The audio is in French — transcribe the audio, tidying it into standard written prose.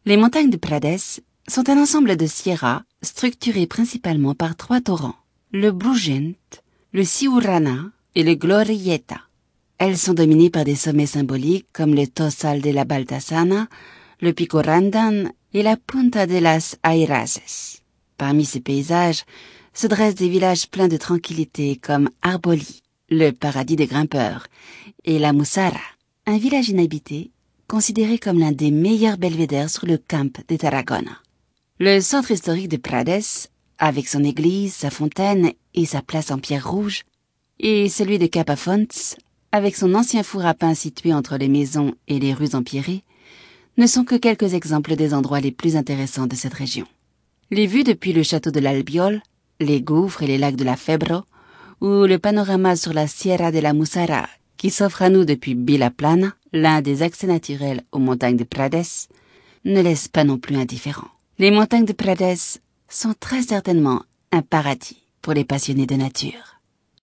Les montagnes de Prades sont un ensemble de sierras structurées principalement par 3 torrents, le Brugent, le Siurana et le Glorieta. Elles sont dominées par des sommets symboliques comme le Tossal de la Baltasana, le Pico Randan et la Punta de las Airases. Parmi ces paysages se dressent des villages pleins de tranquillité comme Arboli, le paradis des grimpeurs, et la Mussara, un village inhabité considéré comme l'un des meilleurs belvédères sur le Camp de Tarragona. Le centre historique de Prades, avec son église, sa fontaine et sa place en pierre rouge, et celui de Capafonts, avec son ancien four à pain situé entre les maisons et les rues empierrées, ne sont que quelques exemples des endroits les plus intéressants de cette région. Les vues depuis le château de l'Albiol, les gouffres et les lacs de la Febro, ou le panorama sur la Sierra de la Mussara qui s'offre à nous depuis Vilaplana, l'un des accès naturels aux montagnes de Prades, ne laissent pas non plus indifférents. Les montagnes de Prades sont très certainement un paradis pour les passionnés de nature.